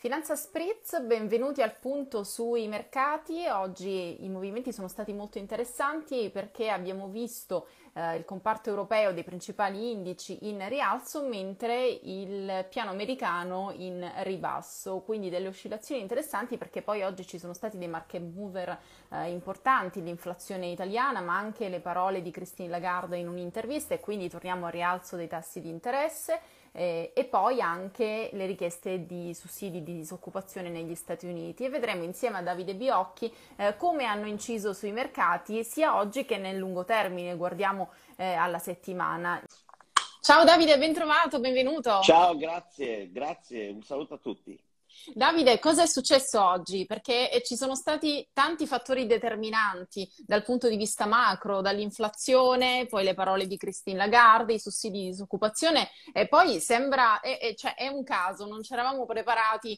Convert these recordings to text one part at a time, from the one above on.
Finanza Spritz, benvenuti al punto sui mercati. Oggi i movimenti sono stati molto interessanti perché abbiamo visto il comparto europeo dei principali indici in rialzo, mentre il piano americano in ribasso, quindi delle oscillazioni interessanti perché poi oggi ci sono stati dei market mover importanti, l'inflazione italiana, ma anche le parole di Christine Lagarde in un'intervista e quindi torniamo al rialzo dei tassi di interesse. E poi anche le richieste di sussidi di disoccupazione negli Stati Uniti e vedremo insieme a Davide Biocchi come hanno inciso sui mercati sia oggi che nel lungo termine, guardiamo alla settimana. Ciao Davide, ben trovato, benvenuto. Ciao, grazie, un saluto a tutti. Davide, cosa è successo oggi? Perché ci sono stati tanti fattori determinanti dal punto di vista macro, dall'inflazione, poi le parole di Christine Lagarde, i sussidi di disoccupazione e poi sembra, cioè, è un caso, non ci eravamo preparati,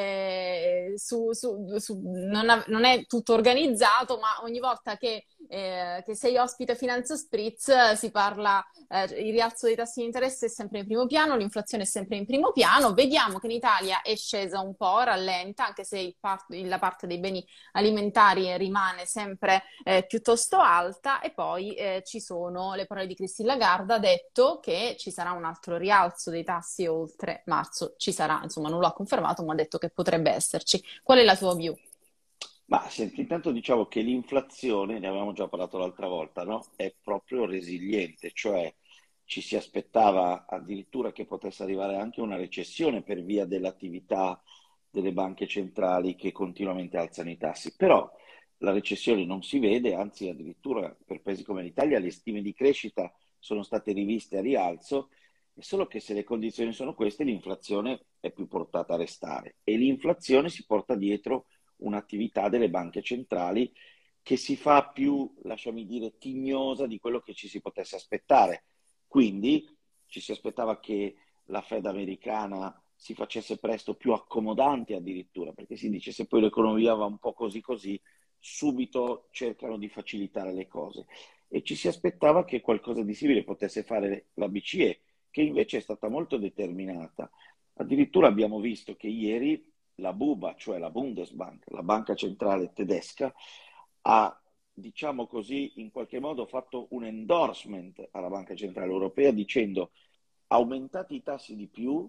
non è tutto organizzato, ma ogni volta che sei ospite a Finanza Spritz si parla, il rialzo dei tassi di interesse è sempre in primo piano, l'inflazione è sempre in primo piano, vediamo che in Italia è scesa un po', rallenta, anche se la parte dei beni alimentari rimane sempre piuttosto alta e poi ci sono le parole di Christine Lagarde, ha detto che ci sarà un altro rialzo dei tassi oltre marzo, ci sarà, insomma non lo ha confermato, ma ha detto che potrebbe esserci. Qual è la tua view? Ma senti, intanto diciamo che l'inflazione, ne avevamo già parlato l'altra volta, no? È proprio resiliente, cioè ci si aspettava addirittura che potesse arrivare anche una recessione per via dell'attività delle banche centrali che continuamente alzano i tassi. Però la recessione non si vede, anzi addirittura per paesi come l'Italia le stime di crescita sono state riviste a rialzo, è solo che se le condizioni sono queste, l'inflazione è più portata a restare e l'inflazione si porta dietro un'attività delle banche centrali che si fa più, lasciami dire, tignosa di quello che ci si potesse aspettare. Quindi ci si aspettava che la Fed americana si facesse presto più accomodante addirittura, perché si dice se poi l'economia va un po' così così, subito cercano di facilitare le cose. E ci si aspettava che qualcosa di simile potesse fare la BCE, che invece è stata molto determinata. Addirittura abbiamo visto che ieri la BUBA, cioè la Bundesbank, la banca centrale tedesca, ha, diciamo così, in qualche modo fatto un endorsement alla Banca Centrale Europea dicendo aumentate i tassi di più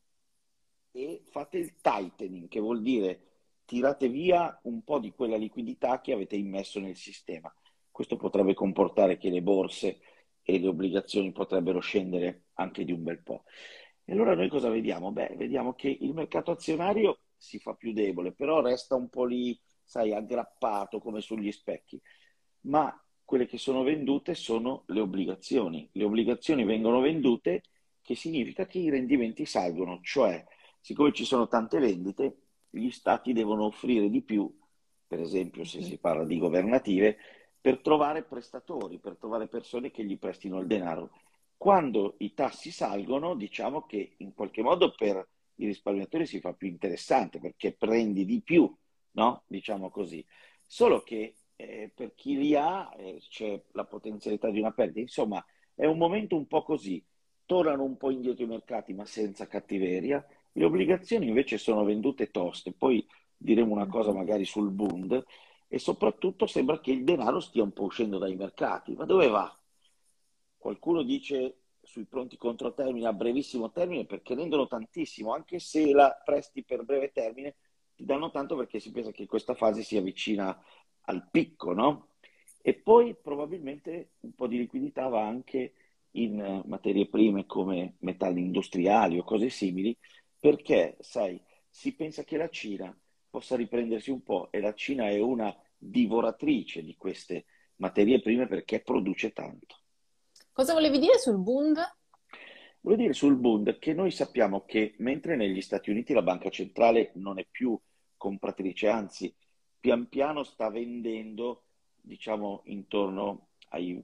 e fate il tightening, che vuol dire tirate via un po' di quella liquidità che avete immesso nel sistema. Questo potrebbe comportare che le borse e le obbligazioni potrebbero scendere anche di un bel po'. E allora noi cosa vediamo? Beh, vediamo che il mercato azionario si fa più debole, però resta un po' lì, sai, aggrappato come sugli specchi. Ma quelle che sono vendute sono le obbligazioni. Le obbligazioni vengono vendute, che significa che i rendimenti salgono, cioè, siccome ci sono tante vendite, gli stati devono offrire di più, per esempio se si parla di governative, per trovare prestatori, per trovare persone che gli prestino il denaro. Quando i tassi salgono, diciamo che in qualche modo per i risparmiatori si fa più interessante perché prendi di più, no? Diciamo così. Solo che per chi li ha c'è la potenzialità di una perdita. Insomma, è un momento un po' così. Tornano un po' indietro i mercati, ma senza cattiveria. Le obbligazioni invece sono vendute toste. Poi diremo una cosa Mhm. magari sul Bund e soprattutto sembra che il denaro stia un po' uscendo dai mercati. Ma dove va? Qualcuno dice sui pronti controtermini a brevissimo termine perché rendono tantissimo, anche se la presti per breve termine, ti danno tanto perché si pensa che questa fase si avvicina al picco, no? E poi probabilmente un po' di liquidità va anche in materie prime come metalli industriali o cose simili, perché, sai, si pensa che la Cina possa riprendersi un po' e la Cina è una divoratrice di queste materie prime perché produce tanto. Cosa volevi dire sul Bund? Voglio dire sul Bund che noi sappiamo che mentre negli Stati Uniti la banca centrale non è più compratrice, anzi pian piano sta vendendo, diciamo, intorno ai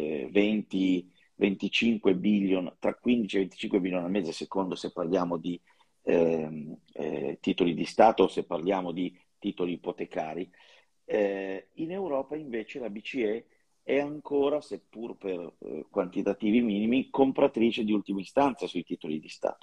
20-25 billion, tra 15 e 25 billion al mese, secondo se parliamo di titoli di Stato o se parliamo di titoli ipotecari. In Europa invece la BCE è ancora, seppur per quantitativi minimi, compratrice di ultima istanza sui titoli di Stato.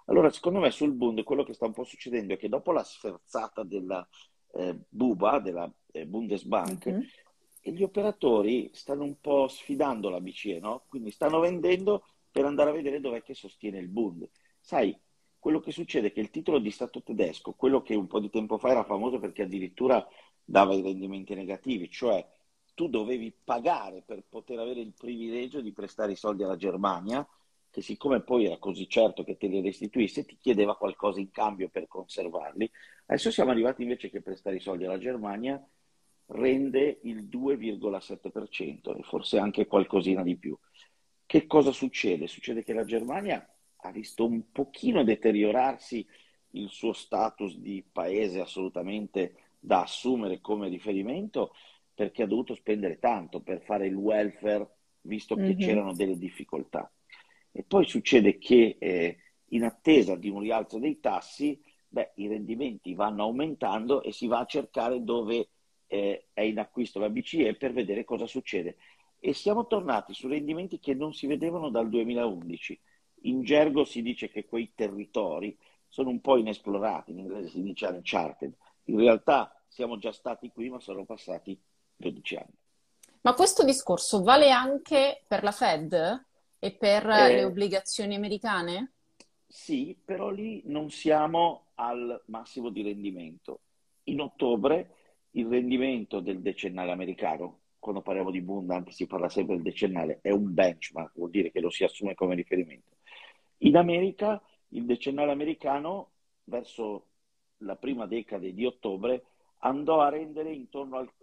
Allora, secondo me sul Bund quello che sta un po' succedendo è che dopo la sferzata della BUBA, della Bundesbank, Mhm. gli operatori stanno un po' sfidando la BCE, no? Quindi stanno vendendo per andare a vedere dov'è che sostiene il Bund. Sai, quello che succede è che il titolo di Stato tedesco, quello che un po' di tempo fa era famoso perché addirittura dava i rendimenti negativi, cioè tu dovevi pagare per poter avere il privilegio di prestare i soldi alla Germania, che siccome poi era così certo che te li restituisse, ti chiedeva qualcosa in cambio per conservarli. Adesso siamo arrivati invece che prestare i soldi alla Germania rende il 2,7% e forse anche qualcosina di più. Che cosa succede? Succede che la Germania ha visto un pochino deteriorarsi il suo status di paese assolutamente da assumere come riferimento perché ha dovuto spendere tanto per fare il welfare, visto che Mhm. c'erano delle difficoltà. E poi succede che in attesa di un rialzo dei tassi, beh, i rendimenti vanno aumentando e si va a cercare dove è in acquisto la BCE per vedere cosa succede. E siamo tornati su rendimenti che non si vedevano dal 2011. In gergo si dice che quei territori sono un po' inesplorati, in inglese si dice uncharted. In realtà siamo già stati qui, ma sono passati 12 anni. Ma questo discorso vale anche per la Fed e per le Eh, obbligazioni americane? Sì, però lì non siamo al massimo di rendimento. In ottobre il rendimento del decennale americano, quando parliamo di Bund anche si parla sempre del decennale, è un benchmark, vuol dire che lo si assume come riferimento. In America il decennale americano verso la prima decade di ottobre andò a rendere intorno al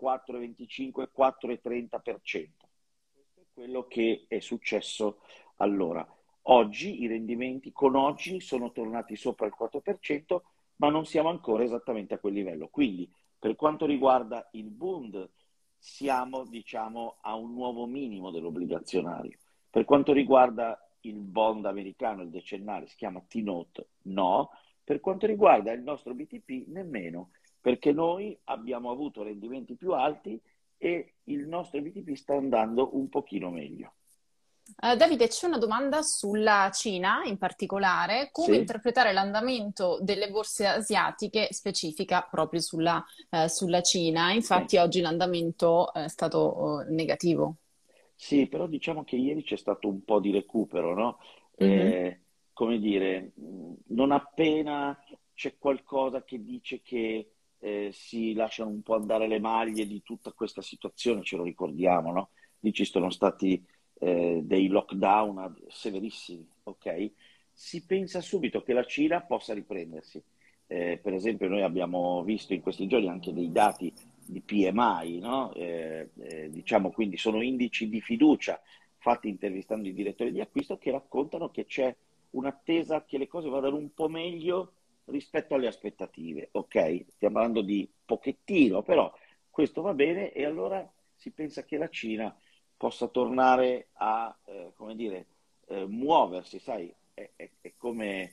4,25-4,30%. Questo è quello che è successo allora. Oggi i rendimenti con oggi sono tornati sopra il 4%, ma non siamo ancora esattamente a quel livello. Quindi, per quanto riguarda il Bund, siamo, diciamo, a un nuovo minimo dell'obbligazionario. Per quanto riguarda il bond americano, il decennale, si chiama T-Note, no. Per quanto riguarda il nostro BTP, nemmeno, perché noi abbiamo avuto rendimenti più alti e il nostro BTP sta andando un pochino meglio. Davide, c'è una domanda sulla Cina in particolare, come Sì? interpretare l'andamento delle borse asiatiche specifica proprio sulla Cina. Sì. Infatti oggi l'andamento è stato negativo. Sì, però diciamo che ieri c'è stato un po' di recupero, no? Mhm. Come dire, non appena c'è qualcosa che dice che si lasciano un po' andare le maglie di tutta questa situazione, ce lo ricordiamo, no? Lì ci sono stati dei lockdown severissimi, ok? Si pensa subito che la Cina possa riprendersi. Per esempio, noi abbiamo visto in questi giorni anche dei dati di PMI, no? Diciamo quindi sono indici di fiducia fatti intervistando i direttori di acquisto che raccontano che c'è un'attesa che le cose vadano un po' meglio rispetto alle aspettative. Ok, stiamo parlando di pochettino, però questo va bene e allora si pensa che la Cina possa tornare a, come dire, muoversi, sai, è come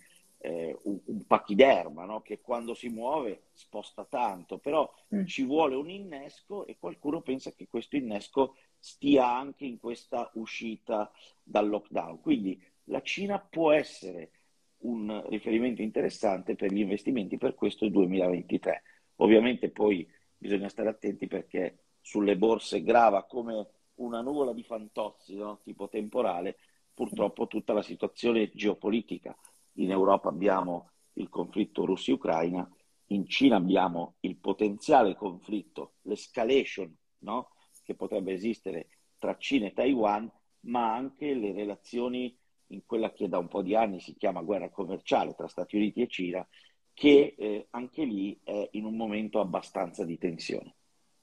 un pachiderma, no? Che quando si muove sposta tanto, però Mm. ci vuole un innesco e qualcuno pensa che questo innesco stia anche in questa uscita dal lockdown. Quindi la Cina può essere un riferimento interessante per gli investimenti per questo 2023. Ovviamente poi bisogna stare attenti perché sulle borse grava come una nuvola di fantozzi, no? Tipo temporale, purtroppo tutta la situazione geopolitica. In Europa abbiamo il conflitto Russia-Ucraina, in Cina abbiamo il potenziale conflitto, l'escalation, no? Che potrebbe esistere tra Cina e Taiwan, ma anche le relazioni in quella che da un po' di anni si chiama guerra commerciale tra Stati Uniti e Cina, che anche lì è in un momento abbastanza di tensione.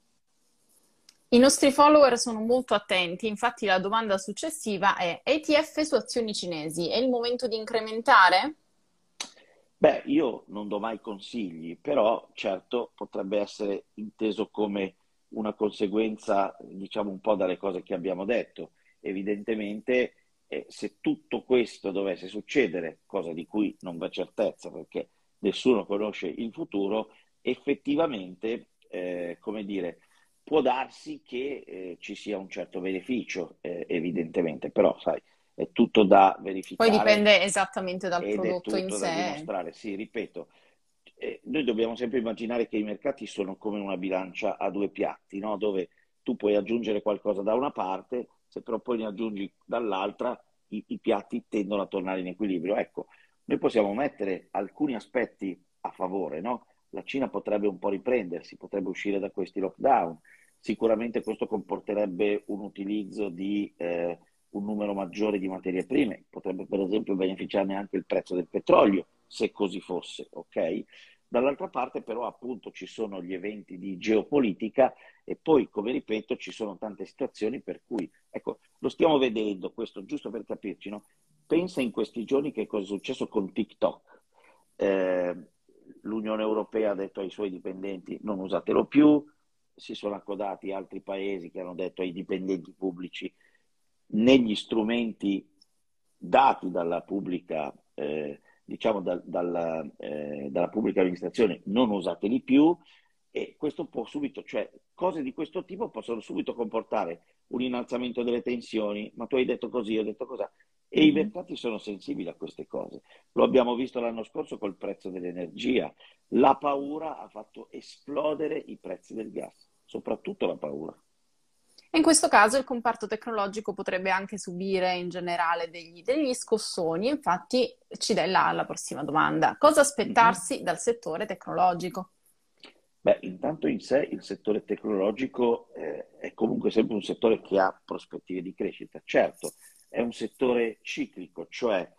I nostri follower sono molto attenti, infatti la domanda successiva è ETF su azioni cinesi, è il momento di incrementare? Beh, io non do mai consigli, però certo potrebbe essere inteso come una conseguenza, diciamo un po' dalle cose che abbiamo detto. Evidentemente, se tutto questo dovesse succedere, cosa di cui non c'è certezza perché nessuno conosce il futuro, effettivamente, come dire, può darsi che ci sia un certo beneficio, evidentemente, però sai, è tutto da Poi verificare dipende esattamente dal ed è prodotto in tutto da sé. dimostrare. Sì, ripeto, noi dobbiamo sempre immaginare che i mercati sono come una bilancia a due piatti, no? Dove tu puoi aggiungere qualcosa da una parte, se però poi ne aggiungi dall'altra, i piatti tendono a tornare in equilibrio. Ecco, noi possiamo mettere alcuni aspetti a favore, no? La Cina potrebbe un po' riprendersi, potrebbe uscire da questi lockdown. Sicuramente questo comporterebbe un utilizzo di un numero maggiore di materie prime, potrebbe per esempio beneficiarne anche il prezzo del petrolio, se così fosse, ok? Dall'altra parte però appunto ci sono gli eventi di geopolitica e poi, come ripeto, ci sono tante situazioni per cui, ecco, lo stiamo vedendo, questo giusto per capirci, no? Pensa in questi giorni che cosa è successo con TikTok. Eh, L'Unione Europea ha detto ai suoi dipendenti non usatelo più, si sono accodati altri paesi che hanno detto ai dipendenti pubblici negli strumenti dati dalla pubblica, diciamo dalla pubblica amministrazione, non usateli più e questo può subito, cioè cose di questo tipo possono subito comportare un innalzamento delle tensioni, ma tu hai detto così, ho detto così, e i Mhm. mercati sono sensibili a queste cose. Lo abbiamo visto l'anno scorso col prezzo dell'energia. La paura ha fatto esplodere i prezzi del gas, soprattutto la paura. E in questo caso il comparto tecnologico potrebbe anche subire in generale degli scossoni, infatti ci dà la prossima domanda. Cosa Mhm. aspettarsi dal settore tecnologico? Beh, intanto in sé il settore tecnologico è comunque sempre un settore che ha prospettive di crescita. Certo, è un settore ciclico, cioè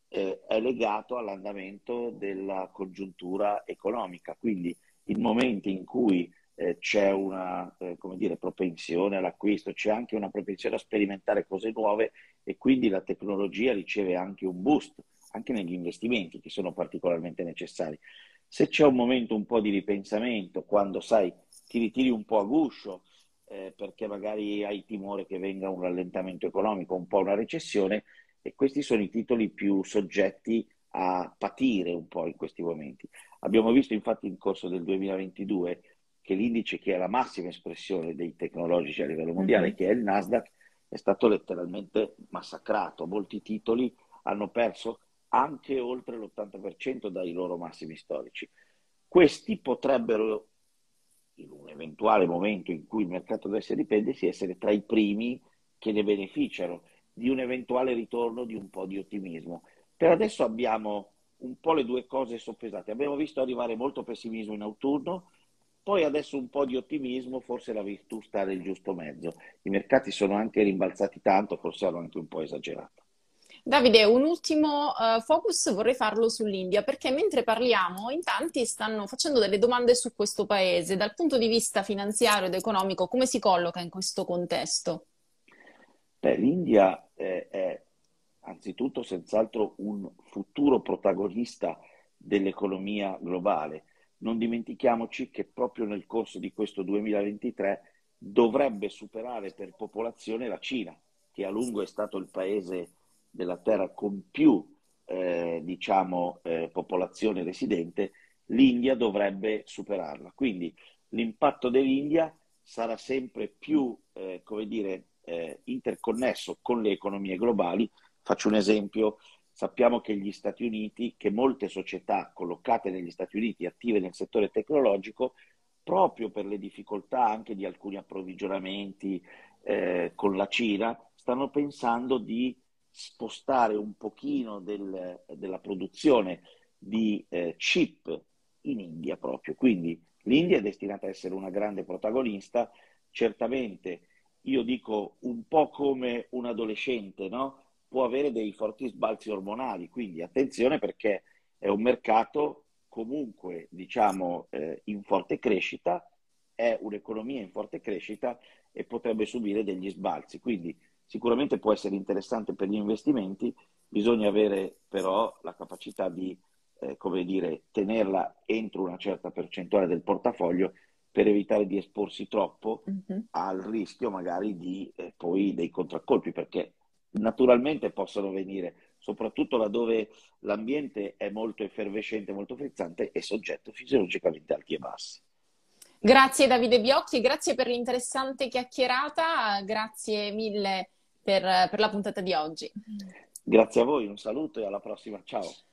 è legato all'andamento della congiuntura economica, quindi in momenti in cui c'è una, come dire, propensione all'acquisto, c'è anche una propensione a sperimentare cose nuove e quindi la tecnologia riceve anche un boost, anche negli investimenti che sono particolarmente necessari. Se c'è un momento un po' di ripensamento, quando sai, ti ritiri un po' a guscio, perché magari hai timore che venga un rallentamento economico, un po' una recessione, e questi sono i titoli più soggetti a patire un po' in questi momenti. Abbiamo visto infatti nel corso del 2022 che l'indice che è la massima espressione dei tecnologici a livello mondiale, Mhm. che è il Nasdaq, è stato letteralmente massacrato. Molti titoli hanno perso anche oltre l'80% dai loro massimi storici. Questi potrebbero, in un eventuale momento in cui il mercato dovesse riprendersi, essere tra i primi che ne beneficiano di un eventuale ritorno di un po' di ottimismo. Per adesso abbiamo un po' le due cose soppesate. Abbiamo visto arrivare molto pessimismo in autunno, poi adesso un po' di ottimismo, forse la virtù sta nel giusto mezzo. I mercati sono anche rimbalzati tanto, forse hanno anche un po' esagerato. Davide, un ultimo focus vorrei farlo sull'India, perché mentre parliamo in tanti stanno facendo delle domande su questo paese. Dal punto di vista finanziario ed economico, come si colloca in questo contesto? Beh, l'India è anzitutto senz'altro un futuro protagonista dell'economia globale. Non dimentichiamoci che proprio nel corso di questo 2023 dovrebbe superare per popolazione la Cina, che a lungo è stato il paese della Terra con più diciamo, popolazione residente. L'India dovrebbe superarla. Quindi l'impatto dell'India sarà sempre più, come dire, interconnesso con le economie globali. Faccio un esempio, sappiamo che gli Stati Uniti, che molte società collocate negli Stati Uniti, attive nel settore tecnologico, proprio per le difficoltà anche di alcuni approvvigionamenti con la Cina, stanno pensando di spostare un pochino della produzione di chip in India proprio. Quindi l'India è destinata a essere una grande protagonista, certamente io dico un po' come un adolescente, no? Può avere dei forti sbalzi ormonali, quindi attenzione perché è un mercato comunque, diciamo, in forte crescita, è un'economia in forte crescita e potrebbe subire degli sbalzi. Quindi sicuramente può essere interessante per gli investimenti, bisogna avere però la capacità di, come dire, tenerla entro una certa percentuale del portafoglio per evitare di esporsi troppo Mhm. al rischio magari di poi dei contraccolpi, perché naturalmente possono venire, soprattutto laddove l'ambiente è molto effervescente, molto frizzante, è soggetto fisiologicamente alti e bassi. Grazie Davide Biocchi, grazie per l'interessante chiacchierata, grazie mille per la puntata di oggi. Grazie a voi, un saluto e alla prossima, ciao.